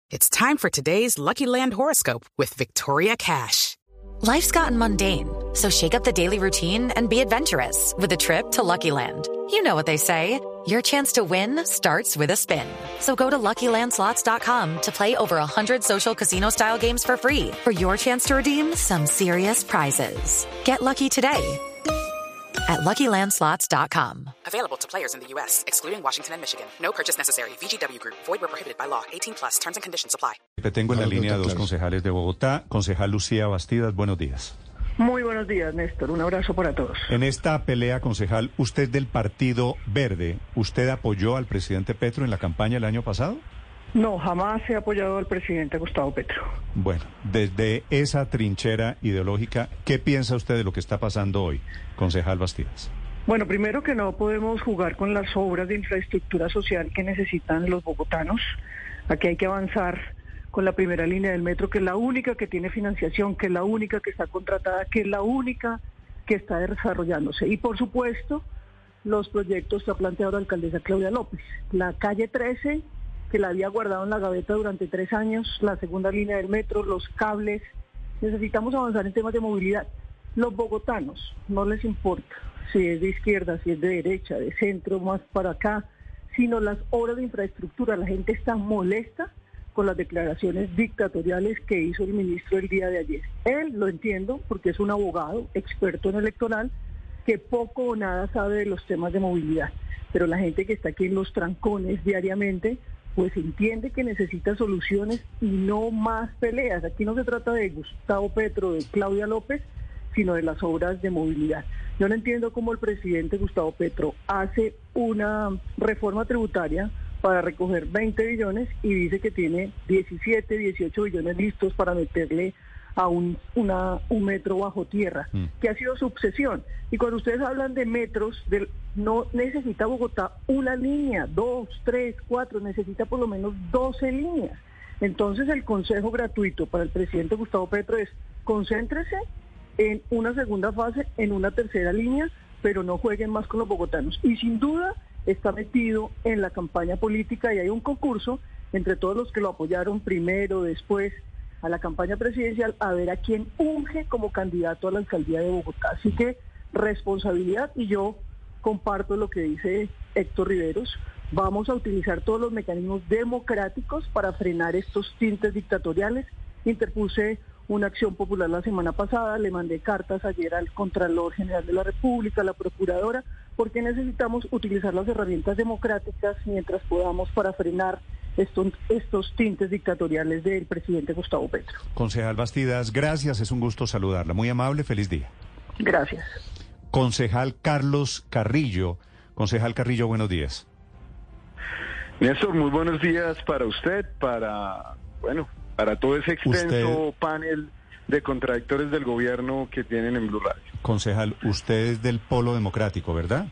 It's time for today's Lucky Land horoscope with Victoria Cash. Life's gotten mundane, so shake up the daily routine and be adventurous with a trip to Lucky Land. You know what they say, your chance to win starts with a spin. So go to LuckyLandSlots.com to play over 100 social casino-style games for free for your chance to redeem some serious prizes. Get lucky today at LuckyLandSlots.com. Available to players in the U.S., excluding Washington and Michigan. No purchase necessary. VGW Group. Void where prohibited by law. 18+. Terms and conditions apply. Tengo en la línea dos concejales de Bogotá. Concejal Lucía Bastidas, buenos días. Muy buenos días, Néstor. Un abrazo para todos. En esta pelea, concejal, usted del Partido Verde, ¿usted apoyó al presidente Petro en la campaña el año pasado? No, jamás he apoyado al presidente Gustavo Petro. Bueno, desde esa trinchera ideológica, ¿qué piensa usted de lo que está pasando hoy, concejal Bastidas? Bueno, primero que no podemos jugar con las obras de infraestructura social que necesitan los bogotanos. Aquí hay que avanzar con la primera línea del metro, que es la única que tiene financiación, que es la única que está contratada, que es la única que está desarrollándose. Y por supuesto, los proyectos que ha planteado la alcaldesa Claudia López. La calle 13, que la había guardado en la gaveta durante 3 años, la segunda línea del metro, los cables. Necesitamos avanzar en temas de movilidad. Los bogotanos no les importa si es de izquierda, si es de derecha, de centro, más para acá, sino las obras de infraestructura. La gente está molesta con las declaraciones dictatoriales que hizo el ministro el día de ayer. Él, lo entiendo, porque es un abogado experto en electoral, que poco o nada sabe de los temas de movilidad. Pero la gente que está aquí en los trancones diariamente, pues entiende que necesita soluciones y no más peleas. Aquí no se trata de Gustavo Petro, de Claudia López, sino de las obras de movilidad. Yo no entiendo cómo el presidente Gustavo Petro hace una reforma tributaria para recoger 20 billones y dice que tiene 17, 18 billones listos para meterle a un metro bajo tierra, que ha sido su obsesión. Y cuando ustedes hablan de metros, no necesita Bogotá una línea, 2, 3, 4, necesita por lo menos 12 líneas. Entonces el consejo gratuito para el presidente Gustavo Petro es: concéntrese en una segunda fase, en una tercera línea, pero no jueguen más con los bogotanos. Y sin duda está metido en la campaña política y hay un concurso entre todos los que lo apoyaron primero, después a la campaña presidencial, a ver a quién unge como candidato a la alcaldía de Bogotá. Así que responsabilidad, y yo comparto lo que dice Héctor Riveros. Vamos a utilizar todos los mecanismos democráticos para frenar estos tintes dictatoriales. Interpuse una acción popular la semana pasada, le mandé cartas ayer al Contralor General de la República, a la Procuradora, porque necesitamos utilizar las herramientas democráticas mientras podamos para frenar estos tintes dictatoriales del presidente Gustavo Petro. Concejal Bastidas, gracias, es un gusto saludarla. Muy amable, feliz día. Gracias. Concejal Carlos Carrillo. Concejal Carrillo, buenos días. Néstor, muy buenos días para usted, para todo ese extenso panel de contradictores del gobierno que tienen en Blue Radio. Concejal, usted es del Polo Democrático, ¿verdad?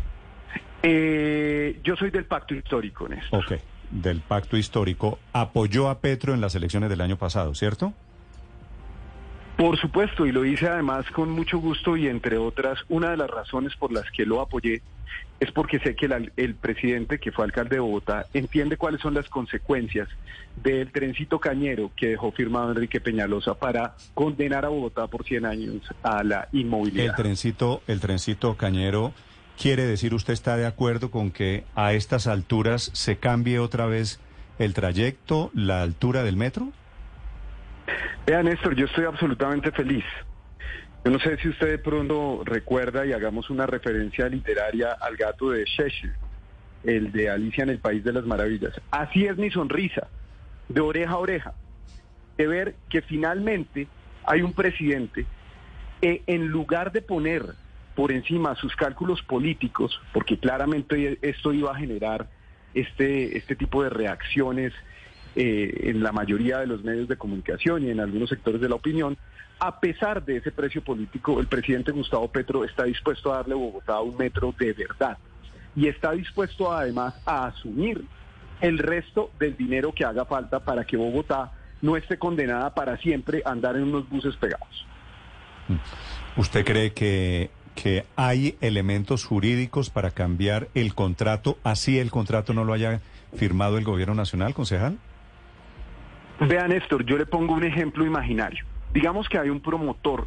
Yo soy del Pacto Histórico, Néstor. Ok, del Pacto Histórico. Apoyó a Petro en las elecciones del año pasado, ¿cierto? Por supuesto, y lo hice además con mucho gusto, y entre otras, una de las razones por las que lo apoyé es porque sé que el presidente, que fue alcalde de Bogotá, entiende cuáles son las consecuencias del trencito cañero que dejó firmado Enrique Peñalosa para condenar a Bogotá por 100 años a la inmovilidad. El trencito cañero, ¿quiere decir usted está de acuerdo con que a estas alturas se cambie otra vez el trayecto, la altura del metro? Vea, Néstor, yo estoy absolutamente feliz. Yo no sé si usted de pronto recuerda, y hagamos una referencia literaria al gato de Cheshire, el de Alicia en el País de las Maravillas. Así es mi sonrisa, de oreja a oreja, de ver que finalmente hay un presidente que, en lugar de poner por encima sus cálculos políticos, porque claramente esto iba a generar este tipo de reacciones en la mayoría de los medios de comunicación y en algunos sectores de la opinión, a pesar de ese precio político, el presidente Gustavo Petro está dispuesto a darle a Bogotá un metro de verdad y está dispuesto además a asumir el resto del dinero que haga falta para que Bogotá no esté condenada para siempre a andar en unos buses pegados. ¿Usted cree que hay elementos jurídicos para cambiar el contrato, así el contrato no lo haya firmado el gobierno nacional, concejal? Vea, Néstor, yo le pongo un ejemplo imaginario. Digamos que hay un promotor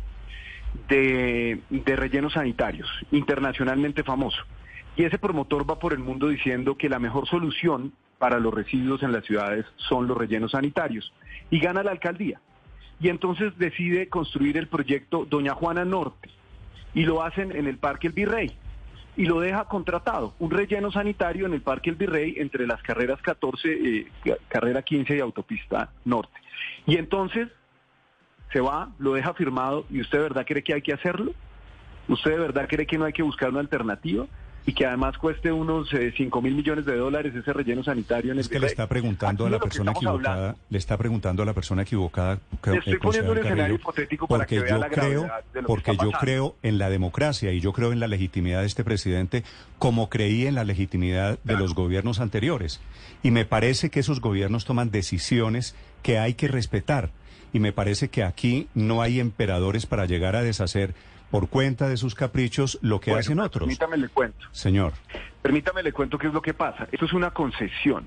de rellenos sanitarios internacionalmente famoso, y ese promotor va por el mundo diciendo que la mejor solución para los residuos en las ciudades son los rellenos sanitarios, y gana la alcaldía. Y entonces decide construir el proyecto Doña Juana Norte, y lo hacen en el Parque El Virrey, y lo deja contratado, un relleno sanitario en el Parque El Virrey entre las carreras 14, carrera 15 y autopista norte. Y entonces se va, lo deja firmado, ¿y usted de verdad cree que hay que hacerlo? ¿Usted de verdad cree que no hay que buscar una alternativa? Y que además cueste unos 5.000 millones de dólares ese relleno sanitario en el Virrey. Le está preguntando a la persona equivocada, le está preguntando a la persona equivocada. Le estoy poniendo un escenario hipotético para que vea la gravedad de lo que está pasando. Porque yo creo en la democracia y yo creo en la legitimidad de este presidente, como creí en la legitimidad de los gobiernos anteriores. Y me parece que esos gobiernos toman decisiones que hay que respetar. Y me parece que aquí no hay emperadores para llegar a deshacer por cuenta de sus caprichos lo que hacen otros. Permítame le cuento. Señor. Permítame le cuento qué es lo que pasa. Esto es una concesión.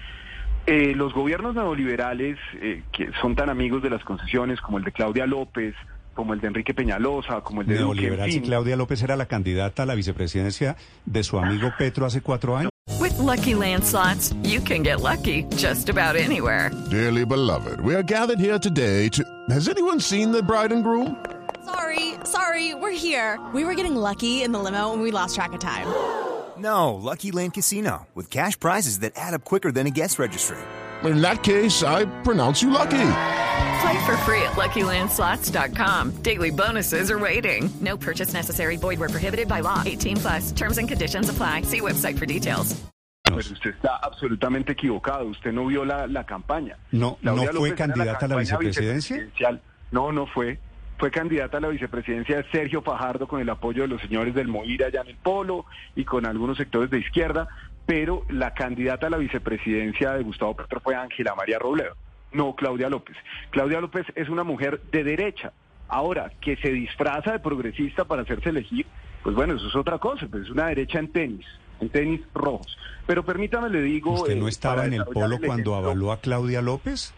Los gobiernos neoliberales, que son tan amigos de las concesiones, como el de Claudia López, como el de Enrique Peñalosa, como el de Neoliberal, Duque, si Claudia López era la candidata a la vicepresidencia de su amigo Petro hace 4 años. With Lucky Land Slots, you can get lucky just about anywhere. Dearly beloved, we are gathered here today to... Has anyone seen the bride and groom? Sorry, we're here. We were getting lucky in the limo and we lost track of time. No, Lucky Land Casino, with cash prizes that add up quicker than a guest registry. In that case, I pronounce you lucky. Play for free at LuckyLandSlots.com. Daily bonuses are waiting. No purchase necessary. Void where prohibited by law. 18+. Terms and conditions apply. See website for details. Pero usted está absolutamente equivocado. Usted no vio la campaña. ¿No fue candidata a la vicepresidencia? No fue. Fue candidata a la vicepresidencia de Sergio Fajardo con el apoyo de los señores del Moir allá en el Polo y con algunos sectores de izquierda, pero la candidata a la vicepresidencia de Gustavo Petro fue Ángela María Robledo, no Claudia López. Claudia López es una mujer de derecha. Ahora, que se disfraza de progresista para hacerse elegir, pues bueno, eso es otra cosa, pues es una derecha en tenis rojos. Pero permítame le digo... ¿Usted no estaba en el Polo cuando avaló a Claudia López?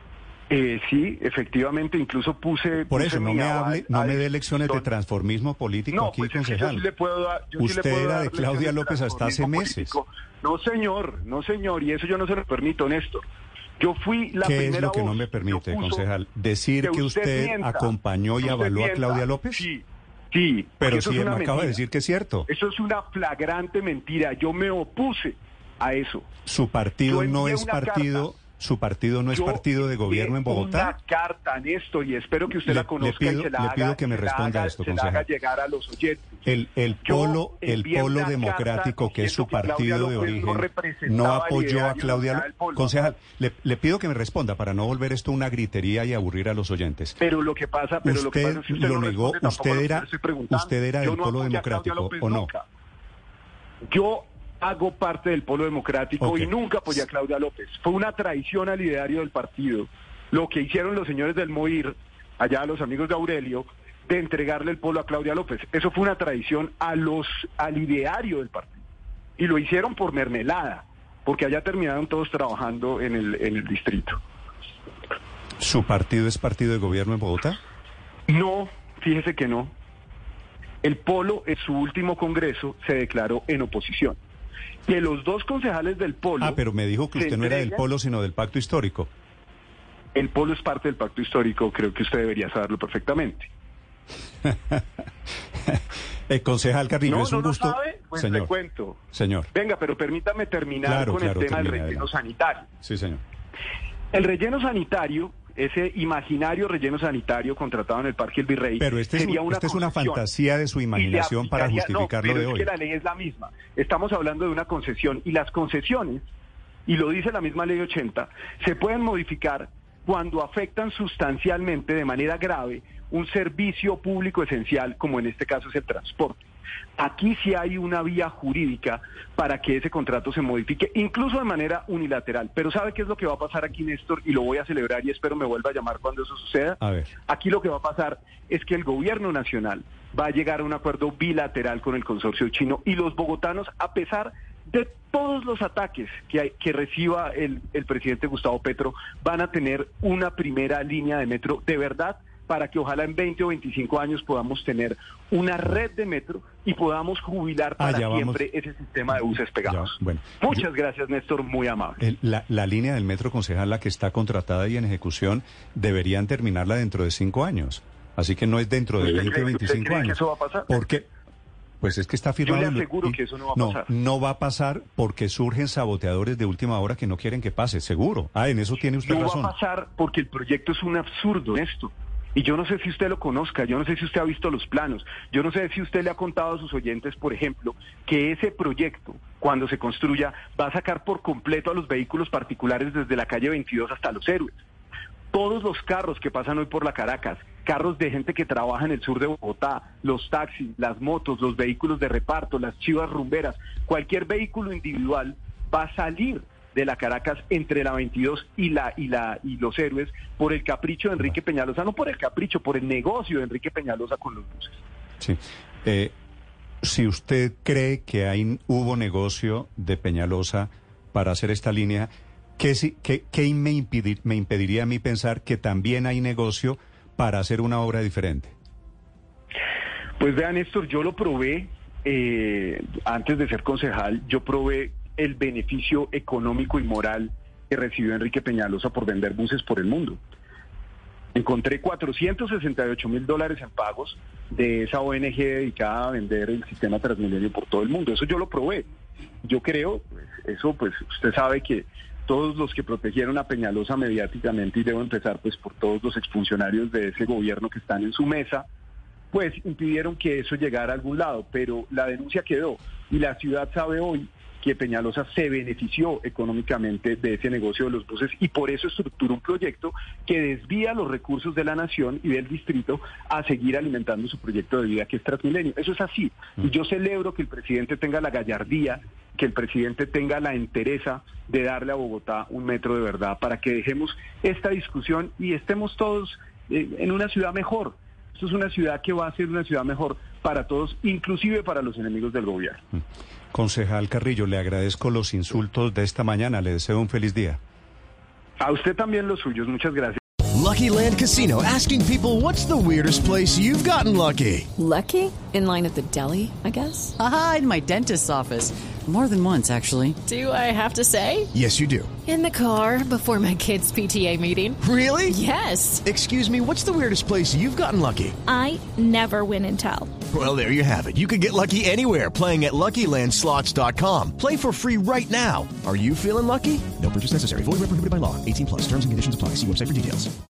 Sí, efectivamente, incluso puse... Por eso, no me dé lecciones de transformismo político aquí, pues concejal. Yo sí le puedo dar, Usted era de Claudia López hasta hace meses. No, señor, y eso yo no se lo permito, Néstor. Yo fui la primera voz. ¿Qué es lo que no me permite, concejal? ¿Decir que usted acompañó y avaló a Claudia López? Sí. Pero sí, me acaba de decir que es cierto. Eso es una flagrante mentira. Yo me opuse a eso. Su partido no es partido... ¿Su partido no es partido de gobierno en Bogotá? Una carta, Néstor, y espero que usted la conozca y se la haga, pido que me responda esto, concejal. Se la haga llegar a los oyentes. El polo democrático, que es su partido de origen, no apoyó a Claudia López. Concejal, le pido que me responda para no volver esto una gritería y aburrir a los oyentes. Pero lo que pasa es que usted lo negó. ¿Usted era del polo democrático o no? Yo hago parte del Polo Democrático y nunca apoyé a Claudia López. Fue una traición al ideario del partido. Lo que hicieron los señores del Moir, allá los amigos de Aurelio, de entregarle el Polo a Claudia López. Eso fue una traición al ideario del partido. Y lo hicieron por mermelada, porque allá terminaron todos trabajando en el distrito. ¿Su partido es partido de gobierno en Bogotá? No, fíjese que no. El Polo, en su último congreso, se declaró en oposición. Que los dos concejales del Polo... pero me dijo que usted no era del Polo, sino del Pacto Histórico. El Polo es parte del Pacto Histórico, creo que usted debería saberlo perfectamente. Concejal Carrillo, es un gusto... ¿No sabe? Pues señor, le cuento. Señor. Venga, pero permítame terminar con el tema del relleno sanitario. Sí, señor. El relleno sanitario, ese imaginario relleno sanitario contratado en el Parque El Virrey... Pero esta es una fantasía de su imaginación para justificarlo de hoy. Es que la ley es la misma. Estamos hablando de una concesión, y las concesiones, y lo dice la misma ley 80, se pueden modificar cuando afectan sustancialmente, de manera grave, un servicio público esencial, como en este caso es el transporte. Aquí sí hay una vía jurídica para que ese contrato se modifique, incluso de manera unilateral. Pero ¿sabe qué es lo que va a pasar aquí, Néstor? Y lo voy a celebrar y espero me vuelva a llamar cuando eso suceda. A ver. Aquí lo que va a pasar es que el gobierno nacional va a llegar a un acuerdo bilateral con el consorcio chino, y los bogotanos, a pesar de todos los ataques que reciba el presidente Gustavo Petro, van a tener una primera línea de metro de verdad, para que ojalá en 20 o 25 años podamos tener una red de metro y podamos jubilar para siempre ese sistema de buses pegados. Bueno, muchas gracias, Néstor, muy amable. La línea del metro, concejal, la que está contratada y en ejecución, deberían terminarla dentro de 5 años. Así que no es dentro de 20 o 25 años. ¿Que eso va a pasar? ¿Por qué? Pues es que está firmado. Yo le aseguro que eso no va a pasar. No va a pasar porque surgen saboteadores de última hora que no quieren que pase, seguro. En eso tiene usted razón. No va a pasar porque el proyecto es un absurdo, Néstor. Y yo no sé si usted lo conozca, yo no sé si usted ha visto los planos, yo no sé si usted le ha contado a sus oyentes, por ejemplo, que ese proyecto, cuando se construya, va a sacar por completo a los vehículos particulares desde la calle 22 hasta Los Héroes. Todos los carros que pasan hoy por la Caracas, carros de gente que trabaja en el sur de Bogotá, los taxis, las motos, los vehículos de reparto, las chivas rumberas, cualquier vehículo individual va a salir de la Caracas entre la 22 y Los Héroes por el capricho de Enrique Peñalosa, no por el capricho, por el negocio de Enrique Peñalosa con los buses. Sí. Si usted cree que hubo negocio de Peñalosa para hacer esta línea, ¿qué me impediría a mí pensar que también hay negocio para hacer una obra diferente? Pues vean, Néstor, yo lo probé antes de ser concejal, yo probé el beneficio económico y moral que recibió Enrique Peñalosa por vender buses por el mundo. Encontré $468,000 en pagos de esa ONG dedicada a vender el sistema Transmilenio por todo el mundo. Eso yo lo probé. Yo creo, pues usted sabe que todos los que protegieron a Peñalosa mediáticamente, y debo empezar pues por todos los exfuncionarios de ese gobierno que están en su mesa, pues impidieron que eso llegara a algún lado, pero la denuncia quedó y la ciudad sabe hoy que Peñalosa se benefició económicamente de ese negocio de los buses y por eso estructura un proyecto que desvía los recursos de la nación y del distrito a seguir alimentando su proyecto de vida que es Transmilenio. Eso es así. Y yo celebro que el presidente tenga la gallardía, que el presidente tenga la entereza de darle a Bogotá un metro de verdad para que dejemos esta discusión y estemos todos en una ciudad mejor. Esto es una ciudad que va a ser una ciudad mejor para todos, inclusive para los enemigos del gobierno. Concejal Carrillo, le agradezco los insultos de esta mañana. Le deseo un feliz día. A usted también los suyos. Muchas gracias. Lucky Land Casino, asking people, what's the weirdest place you've gotten lucky? Lucky? In line at the deli, I guess? Aha, in my dentist's office. More than once, actually. Do I have to say? Yes, you do. In the car before my kids' PTA meeting. Really? Yes. Excuse me, what's the weirdest place you've gotten lucky? I never win and tell. Well, there you have it. You can get lucky anywhere, playing at LuckyLandSlots.com. Play for free right now. Are you feeling lucky? No purchase necessary. Void where prohibited by law. 18+. Terms and conditions apply. See website for details.